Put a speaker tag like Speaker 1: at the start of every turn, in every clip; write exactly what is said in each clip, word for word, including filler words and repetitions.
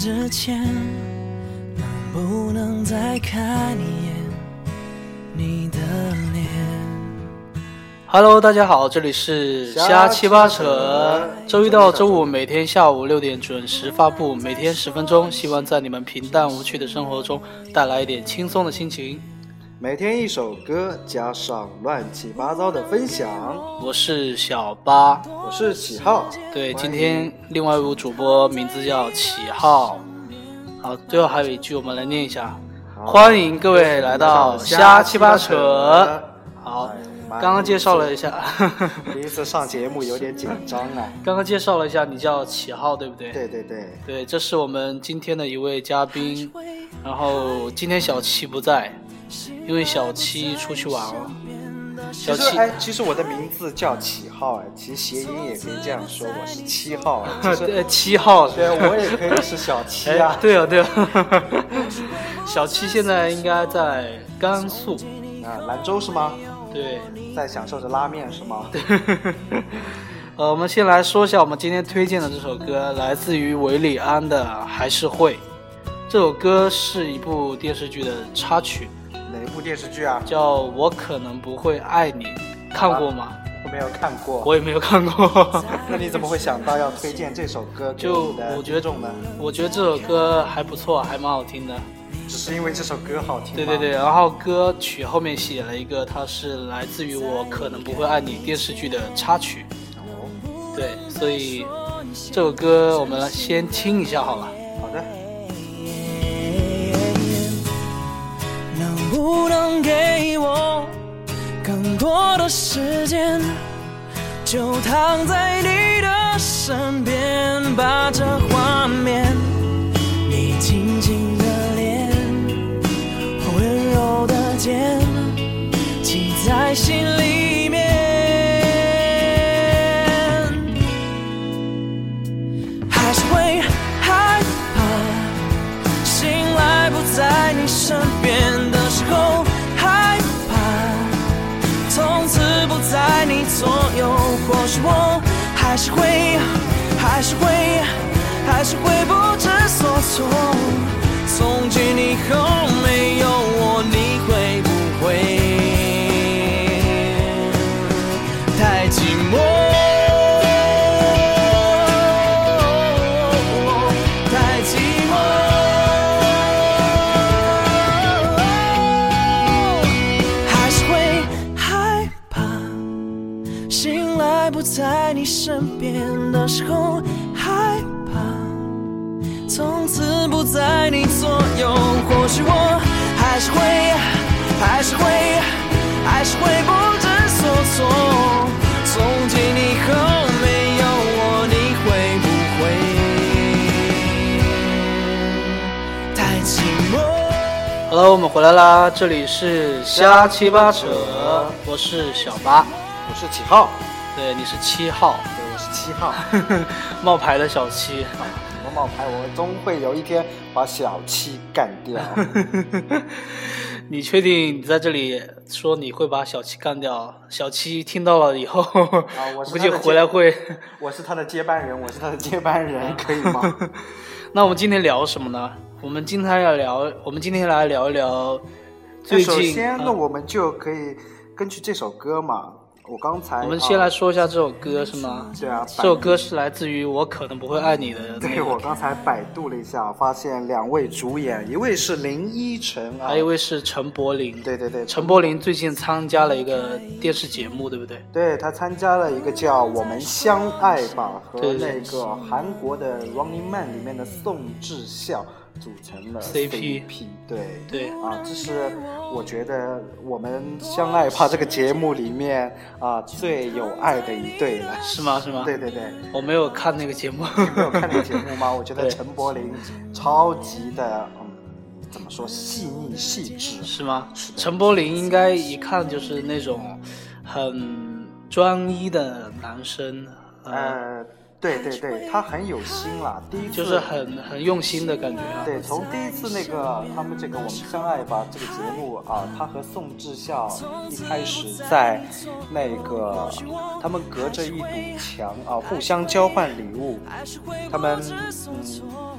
Speaker 1: 之前，能不能再看一眼你的脸。
Speaker 2: Hello， 大家好，这里是瞎七八扯，周一到周五每天下午六点准时发布，每天十分钟，希望在你们平淡无趣的生活中带来一点轻松的心情。
Speaker 3: 每天一首歌，加上乱七八糟的分享。
Speaker 2: 我是小八，
Speaker 3: 我是启浩。
Speaker 2: 对，今天另外一位主播名字叫启浩。好，最后还有一句，我们来念一下：欢迎各位来到瞎七八扯。好。刚刚介绍了一下，
Speaker 3: 第一次上节目有点紧张啊。
Speaker 2: 刚刚介绍了一下，你叫启浩，对不对？
Speaker 3: 对对对
Speaker 2: 对，这是我们今天的一位嘉宾。然后今天小七不在，因为小七出去玩了。小七，
Speaker 3: 哎，其实我的名字叫启浩，哎，其实谐音也可以这样说，我是七号。
Speaker 2: 对，七号。
Speaker 3: 对，我也可以是小七啊。
Speaker 2: 哎、对啊，对啊。小七现在应该在甘肃
Speaker 3: 啊，兰州是吗？
Speaker 2: 对，
Speaker 3: 在享受着拉面是吗？
Speaker 2: 对。呃，我们先来说一下我们今天推荐的这首歌，来自于韦礼安的《还是会》。这首歌是一部电视剧的插曲。
Speaker 3: 哪一部电视剧啊？
Speaker 2: 叫我可能不会爱你，看过吗？
Speaker 3: 啊、我没有看过。
Speaker 2: 我也没有看过。
Speaker 3: 那你怎么会想到要推荐这首歌给你的听众呢？
Speaker 2: 我觉得这首歌还不错，还蛮好听的。
Speaker 3: 只是因为这首歌好听吗？
Speaker 2: 对对对，然后歌曲后面写了一个，它是来自于我可能不会爱你电视剧的插曲。
Speaker 3: 哦，
Speaker 2: 对，所以这首歌我们来先听一下好了。
Speaker 3: 好的。
Speaker 1: 能不能给我更多的时间，就躺在你的身边，把这画面你紧紧的肩记在心里面，还是会害怕醒来不在你身边的时候，害怕从此不在你左右。或许我还是会还是会还是会不知所措，从今以后没有我，你会不会太寂寞？太寂寞。还是会害怕醒来不在你身边的时候，害怕从此不在你左右。或许我还是会还是会还是会不知所措，从今以后没有我，你会不会太寂寞？
Speaker 2: 好了，我们回来啦，这里是瞎七八扯，我是小八，
Speaker 3: 我是启浩。
Speaker 2: 对，你是七号。
Speaker 3: 对，我是七号。
Speaker 2: 冒牌的小七。
Speaker 3: 冒牌，我终会有一天把小七干掉。
Speaker 2: 你确定你在这里说你会把小七干掉？小七听到了以后，
Speaker 3: 啊、我
Speaker 2: 估计回来会。
Speaker 3: 我是他的接班人，我是他的接班人，可以吗？
Speaker 2: 那我们今天聊什么呢？我们今天要聊，我们今天来聊一聊最近。
Speaker 3: 首先，那我们就可以根据这首歌嘛。我刚才
Speaker 2: 我们先来说一下这首歌是吗？
Speaker 3: 对啊，
Speaker 2: 这首歌是来自于我可能不会爱你的。
Speaker 3: 对，我刚才百度了一下，发现两位主演，一位是林依晨啊，
Speaker 2: 还有一位是陈柏霖。
Speaker 3: 对对对，
Speaker 2: 陈柏霖最近参加了一个电视节目，对不对？
Speaker 3: 对，他参加了一个叫《我们相爱吧》和那个韩国的《Running Man》里面的宋智孝组成了
Speaker 2: C P，
Speaker 3: 对
Speaker 2: 对
Speaker 3: 啊，这是我觉得我们相爱吧这个节目里面啊最有爱的一对了。
Speaker 2: 是吗？是吗？
Speaker 3: 对对对，
Speaker 2: 我没有看那个节目。
Speaker 3: 你没有看那个节目吗？我觉得陈柏霖超级的，嗯，怎么说，细腻细致。
Speaker 2: 是吗？陈柏霖应该一看就是那种很专一的男生。
Speaker 3: 呃。呃对对对，他很有心啦，第一次
Speaker 2: 就是很很用心的感觉啊。
Speaker 3: 对，从第一次那个他们这个《我们相爱吧》这个节目啊，他和宋智孝一开始在那个他们隔着一堵墙啊，互相交换礼物，他们嗯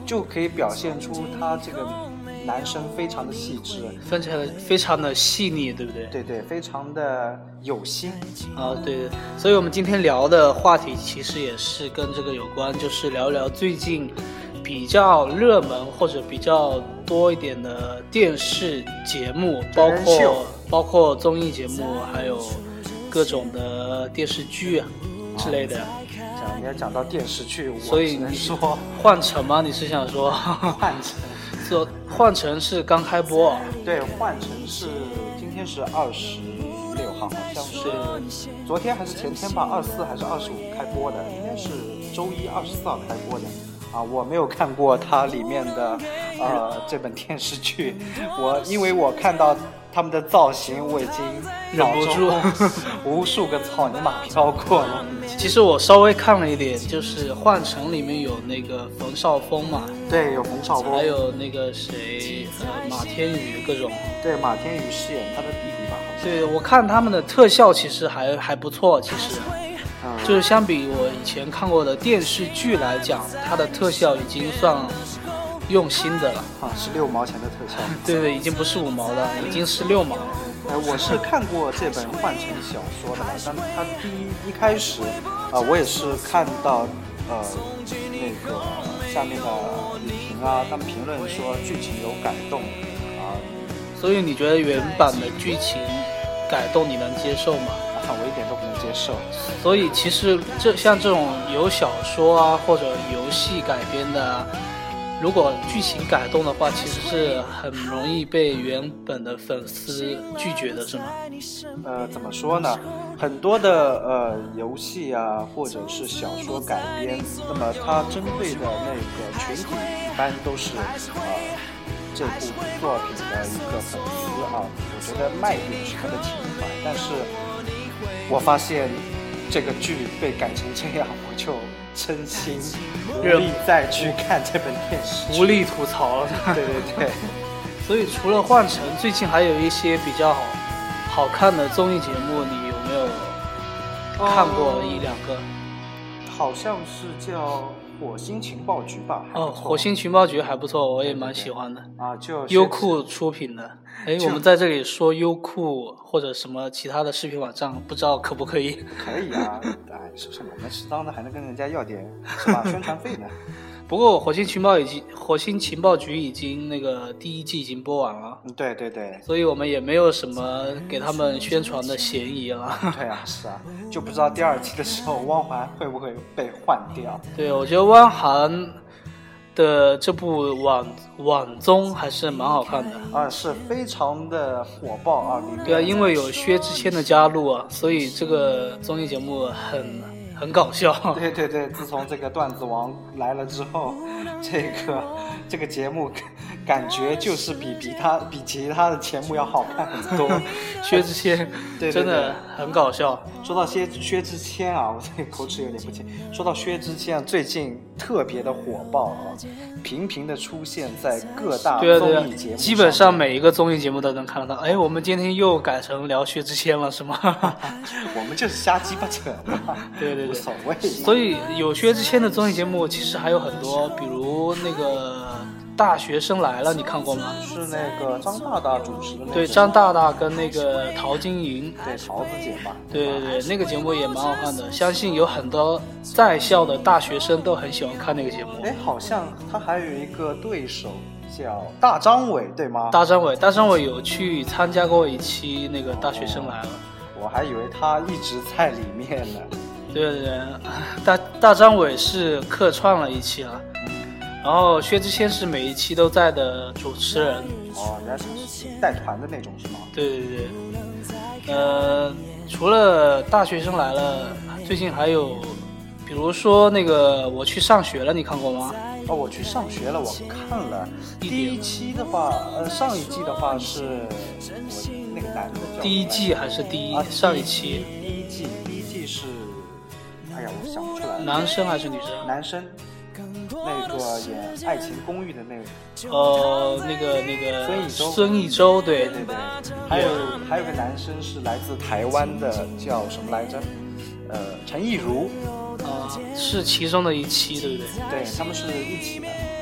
Speaker 3: 就可以表现出他这个男生非常的细致，
Speaker 2: 非常的非常的细腻，对不对？
Speaker 3: 对对，非常的有心
Speaker 2: 啊，对。所以我们今天聊的话题其实也是跟这个有关，就是聊聊最近比较热门或者比较多一点的电视节目，包括包括综艺节目，还有各种的电视剧啊之类的。
Speaker 3: 讲你要讲到电视剧，
Speaker 2: 所以你
Speaker 3: 说
Speaker 2: 换乘吗？你是想说
Speaker 3: 换乘？
Speaker 2: 说换乘是刚开播啊？
Speaker 3: 对，换乘是今天是二十六号，好像是昨天还是前天吧，二十四还是二十五开播的，应该是周一二十四号开播的。啊，我没有看过它里面的呃这本电视剧，我因为我看到他们的造型，我已经
Speaker 2: 忍不住
Speaker 3: 无数个草泥马飘过了。
Speaker 2: 其实我稍微看了一点，就是换乘里面有那个冯绍峰嘛，
Speaker 3: 对，有冯绍峰，
Speaker 2: 还有那个谁呃马天宇各种。
Speaker 3: 对，马天宇饰演他的弟弟吧，好像。
Speaker 2: 对，我看他们的特效其实还还不错，其实。
Speaker 3: 嗯、
Speaker 2: 就是相比我以前看过的电视剧来讲，它的特效已经算用心的了
Speaker 3: 啊，是六毛钱的特效。
Speaker 2: 对对，已经不是五毛了，已经是六毛了。
Speaker 3: 呃，我是看过这本换乘小说的吧，但它第一一开始，呃，我也是看到呃那个下面的影评啊，他们评论说剧情有改动啊、呃，
Speaker 2: 所以你觉得原版的剧情改动你能接受吗？
Speaker 3: 我一点都不能接受。
Speaker 2: 所以其实这像这种有小说啊或者游戏改编的啊，如果剧情改动的话，其实是很容易被原本的粉丝拒绝的，是吗？
Speaker 3: 呃，怎么说呢？很多的呃游戏啊或者是小说改编，那么它针对的那个群体一般都是呃这部作品的一个粉丝啊。我觉得卖点是它的情怀，但是我发现这个剧被改成这样，我就真心无力再去看这本电视剧，
Speaker 2: 无力吐槽了。
Speaker 3: 对对对。
Speaker 2: 所以除了换乘，最近还有一些比较好好看的综艺节目，你有没有看过一两个？
Speaker 3: 好像是叫火星情报局吧。
Speaker 2: 哦，火星情报局还不错，我也蛮喜欢的。
Speaker 3: 啊，就
Speaker 2: 优酷出品的。哎，我们在这里说优酷或者什么其他的视频网站，不知道可不可以？
Speaker 3: 可以啊，哎，是不是我们适当的还能跟人家要点是吧宣传费呢？
Speaker 2: 不过火星情报已经火星情报局已经那个第一季已经播完了。
Speaker 3: 对对对。
Speaker 2: 所以我们也没有什么给他们宣传的嫌疑了。
Speaker 3: 对啊，是啊，就不知道第二季的时候汪涵会不会被换掉。
Speaker 2: 对，我觉得汪涵的这部网网综还是蛮好看的
Speaker 3: 啊，是非常的火爆啊！
Speaker 2: 对啊，因为有薛之谦的加入啊，所以这个综艺节目很很搞笑。
Speaker 3: 对对对，自从这个段子王来了之后，这个这个节目感觉就是比比他比其他的节目要好看很多。
Speaker 2: 薛之谦
Speaker 3: 对对对
Speaker 2: 真的很搞笑。
Speaker 3: 说到薛薛之谦啊，我这个口齿有点不清。说到薛之谦，最近特别的火爆啊，频频的出现在各大综艺节目上面。
Speaker 2: 对啊对啊，基本上每一个综艺节目都能看得到。哎，我们今天又改成聊薛之谦了，是吗？
Speaker 3: 我们就是瞎鸡巴扯嘛。
Speaker 2: 对对对，
Speaker 3: 无所谓。
Speaker 2: 所以有薛之谦的综艺节目，其实还有很多，比如那个大学生来了，你看过吗？
Speaker 3: 是那个张大大主持的那个。
Speaker 2: 对，张大大跟那个陶晶莹。
Speaker 3: 对，桃子姐嘛。
Speaker 2: 对对对，那个节目也蛮好看的，相信有很多在校的大学生都很喜欢看那个节目。
Speaker 3: 哎，好像他还有一个对手叫大张伟，对吗？
Speaker 2: 大张伟，大张伟有去参加过一期那个大学生来了。
Speaker 3: 我还以为他一直在里面呢。
Speaker 2: 对对对，大大张伟是客串了一期了。然后薛之谦是每一期都在的主持人。
Speaker 3: 哦，人家是带团的那种是吗？
Speaker 2: 对对对。呃，除了大学生来了，最近还有，比如说那个我去上学了，你看过吗？
Speaker 3: 哦，我去上学了，我看了。第一期的话，呃，上一季的话是我那个男的叫。
Speaker 2: 第一季还是第一、
Speaker 3: 啊、
Speaker 2: 上一期？
Speaker 3: 第一季，第一季是，哎呀，我想不出来了。
Speaker 2: 男生还是女生？
Speaker 3: 男生。那个演《爱情公寓》的那个，
Speaker 2: 呃，那个那个
Speaker 3: 孙艺洲，
Speaker 2: 孙艺洲，对
Speaker 3: 对对，还有还有个男生是来自台湾的，叫什么来着？呃，陈亦儒，
Speaker 2: 啊、呃，是其中的一期，对不对？
Speaker 3: 对，他们是一起的。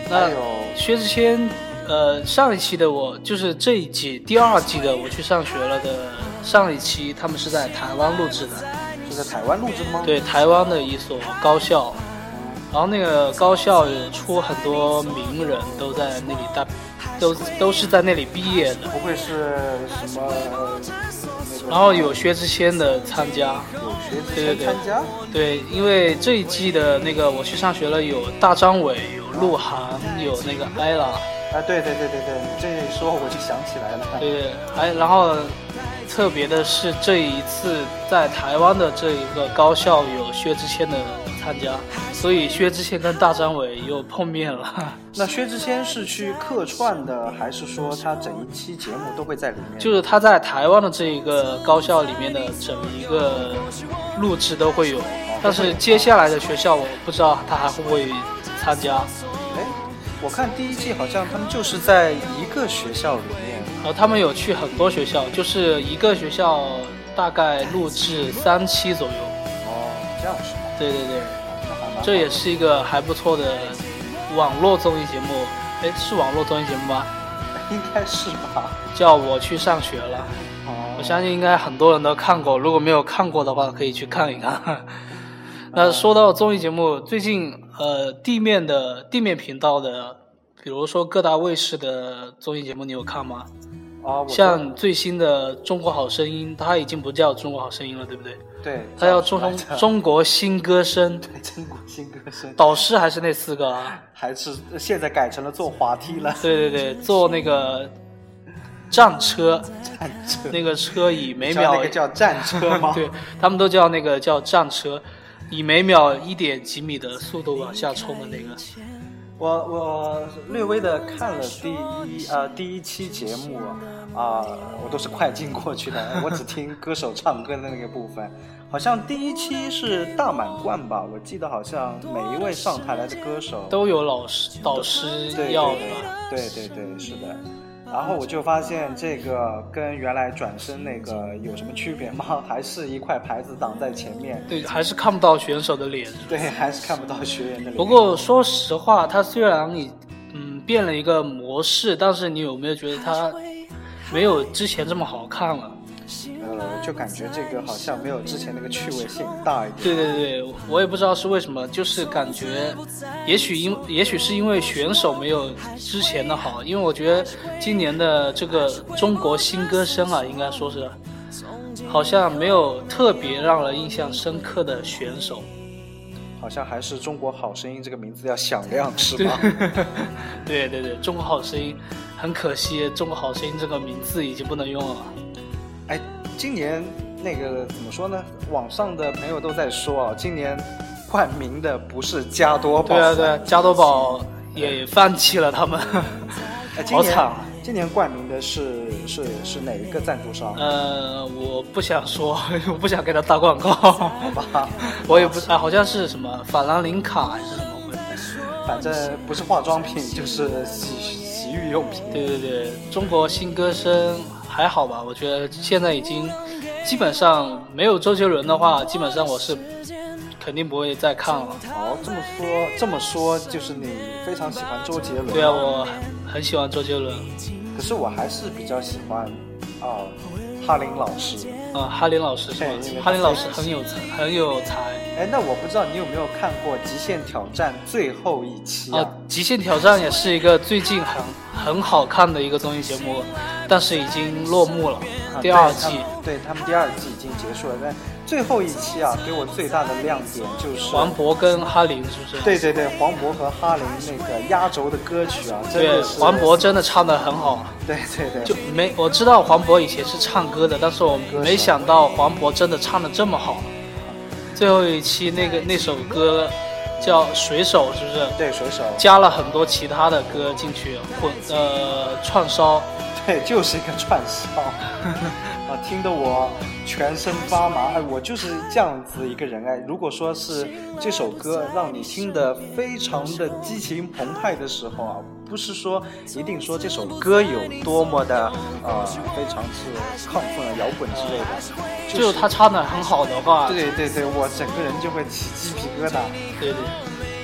Speaker 2: 那薛之谦，呃，上一期的我就是这一季第二季的我去上学了的上一期，他们是在台湾录制的。
Speaker 3: 是在台湾录制的吗？
Speaker 2: 对，台湾的一所高校，然后那个高校有出很多名人都在那里大，都都是在那里毕业的。
Speaker 3: 不会是什么？那个、
Speaker 2: 然后有薛之谦的参加，
Speaker 3: 有薛之谦参加。
Speaker 2: 对，因为这一季的那个我去上学了，有大张伟，有鹿晗，有那个艾拉。
Speaker 3: 啊，对对对对对，你这一说我就想起来了。
Speaker 2: 对对，还然后特别的是这一次在台湾的这一个高校有薛之谦的参加，所以薛之谦跟大张伟又碰面了。
Speaker 3: 那薛之谦是去客串的，还是说他整一期节目都会在里面？
Speaker 2: 就是他在台湾的这一个高校里面的整一个录制都会有，但是接下来的学校我不知道他还会不会参加。
Speaker 3: 哎，我看第一季好像他们就是在一个学校里面，
Speaker 2: 呃，他们有去很多学校，就是一个学校大概录制三期左右。
Speaker 3: 哦，这样是吗？
Speaker 2: 对对对，这也是一个还不错的网络综艺节目。哎，是网络综艺节目吗？
Speaker 3: 应该是吧。
Speaker 2: 叫我去上学了。
Speaker 3: 哦，
Speaker 2: 我相信应该很多人都看过，如果没有看过的话，可以去看一看。那说到综艺节目，最近呃地面的地面频道的，比如说各大卫视的综艺节目，你有看吗？
Speaker 3: 啊，
Speaker 2: 像最新的《中国好声音》，它已经不叫《中国好声音》了，对不对？
Speaker 3: 对，
Speaker 2: 它叫中中国新歌声。
Speaker 3: 对，中国新歌声。
Speaker 2: 导师还是那四个啊？
Speaker 3: 还是现在改成了坐滑梯了？
Speaker 2: 对对对，坐那个战车。
Speaker 3: 战车。
Speaker 2: 那个车以每秒
Speaker 3: 那个叫战车吗？
Speaker 2: 对，他们都叫那个叫战车，以每秒一点几米的速度往下冲的那个。
Speaker 3: 我我略微的看了第一呃第一期节目啊、呃，我都是快进过去的，我只听歌手唱歌的那个部分。好像第一期是大满贯吧，我记得好像每一位上台来的歌手
Speaker 2: 都有老师导师要的吧？
Speaker 3: 对对 对, 对, 对，是的。然后我就发现这个跟原来转身那个有什么区别吗？还是一块牌子挡在前面？
Speaker 2: 对，还是看不到选手的脸。
Speaker 3: 对，还是看不到学员的脸。
Speaker 2: 不过说实话，它虽然你嗯变了一个模式，但是你有没有觉得它没有之前这么好看了？
Speaker 3: 呃，就感觉这个好像没有之前那个趣味性大一点。
Speaker 2: 对对对，我也不知道是为什么，就是感觉，也许因也许是因为选手没有之前的好，因为我觉得今年的这个中国新歌声啊，应该说是，好像没有特别让人印象深刻的选手。
Speaker 3: 好像还是中国好声音这个名字要响亮，是吧？
Speaker 2: 对对对，中国好声音，很可惜，中国好声音这个名字已经不能用了。
Speaker 3: 哎，今年那个怎么说呢？网上的朋友都在说啊，今年冠名的不是加多宝。
Speaker 2: 对啊对啊，加多宝也放弃了他们，
Speaker 3: 哎、
Speaker 2: 好惨。
Speaker 3: 今年冠名的是是是哪一个赞助商？
Speaker 2: 呃，我不想说，我不想给他打广告。好
Speaker 3: 吧，
Speaker 2: 我也不是、啊，好像是什么法兰林卡还是什么鬼，
Speaker 3: 反正不是化妆品就是洗洗浴用品。
Speaker 2: 对对对，中国新歌声。还好吧，我觉得现在已经基本上没有周杰伦的话，基本上我是肯定不会再看了。
Speaker 3: 哦，这么说这么说，就是你非常喜欢周杰伦？
Speaker 2: 对啊，我很喜欢周杰伦。
Speaker 3: 可是我还是比较喜欢啊、呃、哈林老师。
Speaker 2: 啊、呃，哈林老师是吧？哈林老师很有才，很有才。
Speaker 3: 哎，那我不知道你有没有看过《极限挑战》最后一期啊？
Speaker 2: 啊，《极限挑战》也是一个最近很很好看的一个综艺节目，但是已经落幕了，
Speaker 3: 啊、
Speaker 2: 第二季。
Speaker 3: 对 他, 对他们第二季已经结束了，但最后一期啊，给我最大的亮点就是
Speaker 2: 黄渤跟哈林，是不是？
Speaker 3: 对对对，黄渤和哈林那个压轴的歌曲啊，真的是。
Speaker 2: 对，黄渤真的唱得很好。
Speaker 3: 对对对。
Speaker 2: 就没我知道黄渤以前是唱歌的，但是我没想到黄渤真的唱得这么好。最后一期那个那首歌叫水手，是不是？
Speaker 3: 对，水手
Speaker 2: 加了很多其他的歌进去，混呃串烧。
Speaker 3: 对，就是一个串烧啊，听得我全身发麻。哎，我就是这样子一个人哎。如果说是这首歌让你听得非常的激情澎湃的时候啊，不是说一定说这首歌有多么的呃非常是亢奋啊摇滚之类的，
Speaker 2: 就是、就是他唱得很好的话，
Speaker 3: 对对对，我整个人就会起鸡皮疙瘩。
Speaker 2: 对对。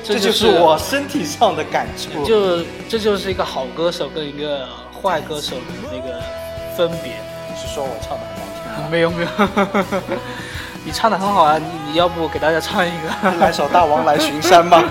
Speaker 3: 这就是我身体上的感触。
Speaker 2: 就这就是一个好歌手跟一个坏歌手的那个分别。
Speaker 3: 你是说我唱的很难听吗？
Speaker 2: 没有没有，你唱的很好啊！你你要不给大家唱一个？
Speaker 3: 来首《大王来巡山》吧。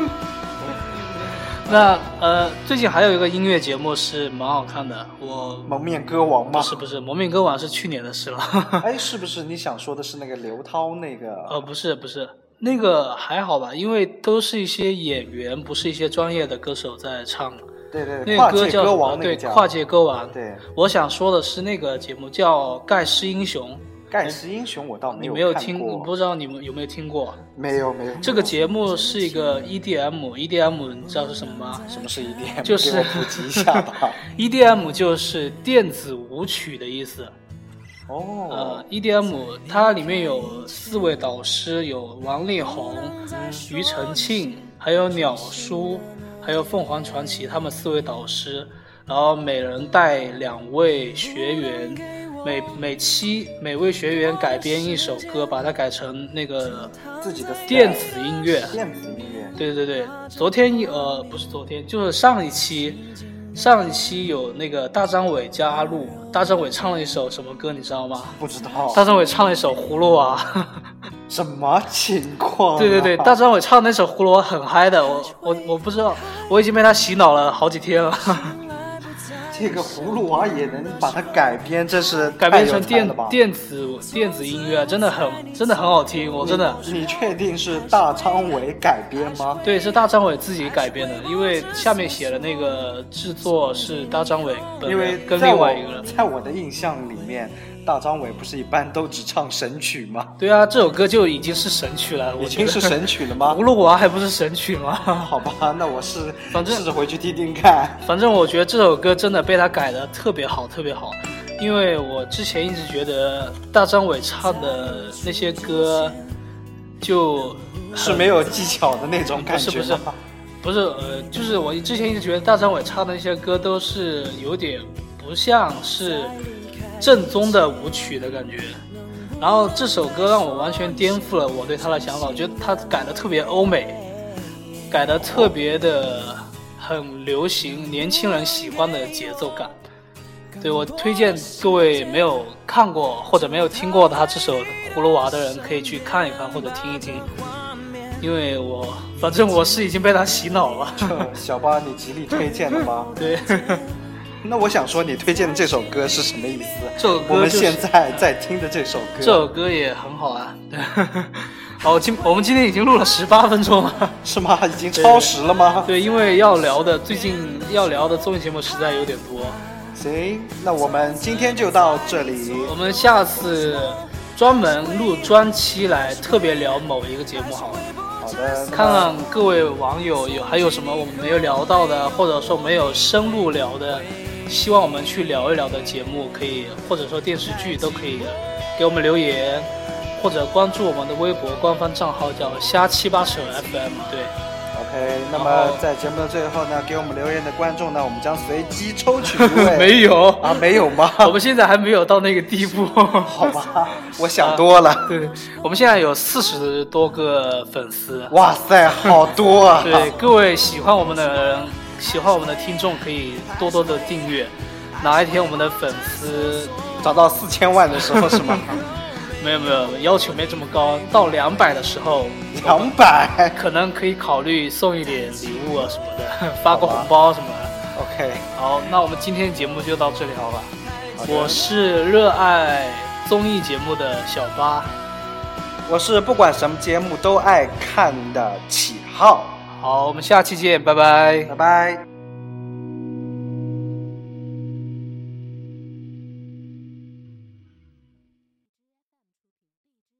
Speaker 2: 那呃，最近还有一个音乐节目是蛮好看的，我
Speaker 3: 蒙面歌王吗？
Speaker 2: 不是不是，蒙面歌王是去年的事了。
Speaker 3: 哎，是不是你想说的是那个刘涛那个？
Speaker 2: 呃，不是不是，那个还好吧，因为都是一些演员，不是一些专业的歌手在唱。
Speaker 3: 对对，
Speaker 2: 那个歌叫
Speaker 3: 跨界歌王，
Speaker 2: 对，跨界歌王。
Speaker 3: 对，
Speaker 2: 我想说的是那个节目叫《盖世英雄》。
Speaker 3: 盖世英雄我倒没有
Speaker 2: 你没有
Speaker 3: 看过，
Speaker 2: 听，不知道你们有没有听过？
Speaker 3: 没有没有。
Speaker 2: 这个节目是一个 E D M，E D M 你知道是什么吗？
Speaker 3: 什么是 E D M？
Speaker 2: 就是
Speaker 3: 给我普及一下吧。
Speaker 2: E D M 就是电子舞曲的意思。
Speaker 3: 哦。
Speaker 2: 呃 ，E D M 它里面有四位导师，有王力宏、庾澄庆，还有鸟叔，还有凤凰传奇，他们四位导师，然后每人带两位学员。每每期每位学员改编一首歌，把它改成那个
Speaker 3: 自己的
Speaker 2: 电子音乐。
Speaker 3: 电子音乐。
Speaker 2: 对对对，昨天呃不是昨天，就是上一期，上一期有那个大张伟加入，大张伟唱了一首什么歌，你知道吗？
Speaker 3: 不知道。
Speaker 2: 大张伟唱了一首《葫芦娃》。
Speaker 3: 什么情况、啊？
Speaker 2: 对对对，大张伟唱那首《葫芦娃》很嗨的，我我我不知道，我已经被他洗脑了好几天了。
Speaker 3: 这个葫芦娃也能把它改编，这是
Speaker 2: 改编成电电子电子音乐，真的很真的很好听，我真的。
Speaker 3: 你, 你确定是大张伟改编吗？
Speaker 2: 对，是大张伟自己改编的，因为下面写的那个制作是大张伟本人跟另外一个人。
Speaker 3: 在我的印象里面，大张伟不是一般都只唱神曲吗？
Speaker 2: 对啊，这首歌就已经是神曲了。
Speaker 3: 已经是神曲了吗？
Speaker 2: 葫芦娃还不是神曲吗？
Speaker 3: 好吧，那我是
Speaker 2: 反正
Speaker 3: 试着回去听听看。
Speaker 2: 反正我觉得这首歌真的被他改的特别好，特别好。因为我之前一直觉得大张伟唱的那些歌就是
Speaker 3: 没有技巧的那种感觉。
Speaker 2: 不是不是不是呃，就是我之前一直觉得大张伟唱的那些歌都是有点不像是正宗的舞曲的感觉。然后这首歌让我完全颠覆了我对他的想法，我觉得他改的特别欧美，改的特别的很流行，年轻人喜欢的节奏感。对，我推荐各位没有看过或者没有听过他这首《葫芦娃》的人可以去看一看或者听一听，因为我反正我是已经被他洗脑了。
Speaker 3: 小八，你极力推荐了吗？
Speaker 2: 对。
Speaker 3: 那我想说，你推荐的这首歌是什么意思？
Speaker 2: 这首歌、就是、
Speaker 3: 我们现在在听的这首歌，
Speaker 2: 这首歌也很好啊。好，今我们今天已经录了十八分钟了，
Speaker 3: 是吗？已经超时了吗？
Speaker 2: 对，对，因为要聊的最近要聊的综艺节目实在有点多。
Speaker 3: 行，那我们今天就到这里。
Speaker 2: 我们下次专门录专期来特别聊某一个节目好了。
Speaker 3: 好的，
Speaker 2: 看看各位网友有还有什么我们没有聊到的，或者说没有深入聊的，希望我们去聊一聊的节目，可以或者说电视剧都可以给我们留言，或者关注我们的微博官方账号叫瞎七八扯 F M。 对
Speaker 3: OK， 那么在节目的最后呢，给我们留言的观众呢，我们将随机抽取一位。
Speaker 2: 没有
Speaker 3: 啊，没有吗？
Speaker 2: 我们现在还没有到那个地步。
Speaker 3: 好吧，我想多了。
Speaker 2: 啊、对，我们现在有四十多个粉丝。
Speaker 3: 哇塞，好多啊！
Speaker 2: 对，各位喜欢我们的人，喜欢我们的听众可以多多的订阅。哪一天我们的粉丝
Speaker 3: 涨到四千万的时候是吗？
Speaker 2: 没有没有，要求没这么高，到两百的时候，
Speaker 3: 两百
Speaker 2: 可能可以考虑送一点礼物啊什么的，发个红包什么的。
Speaker 3: OK，
Speaker 2: 好，那我们今天的节目就到这里好吧？我是热爱综艺节目的小八，
Speaker 3: 我是不管什么节目都爱看的启浩。
Speaker 2: 好，我们下期见，拜拜，
Speaker 3: 拜拜。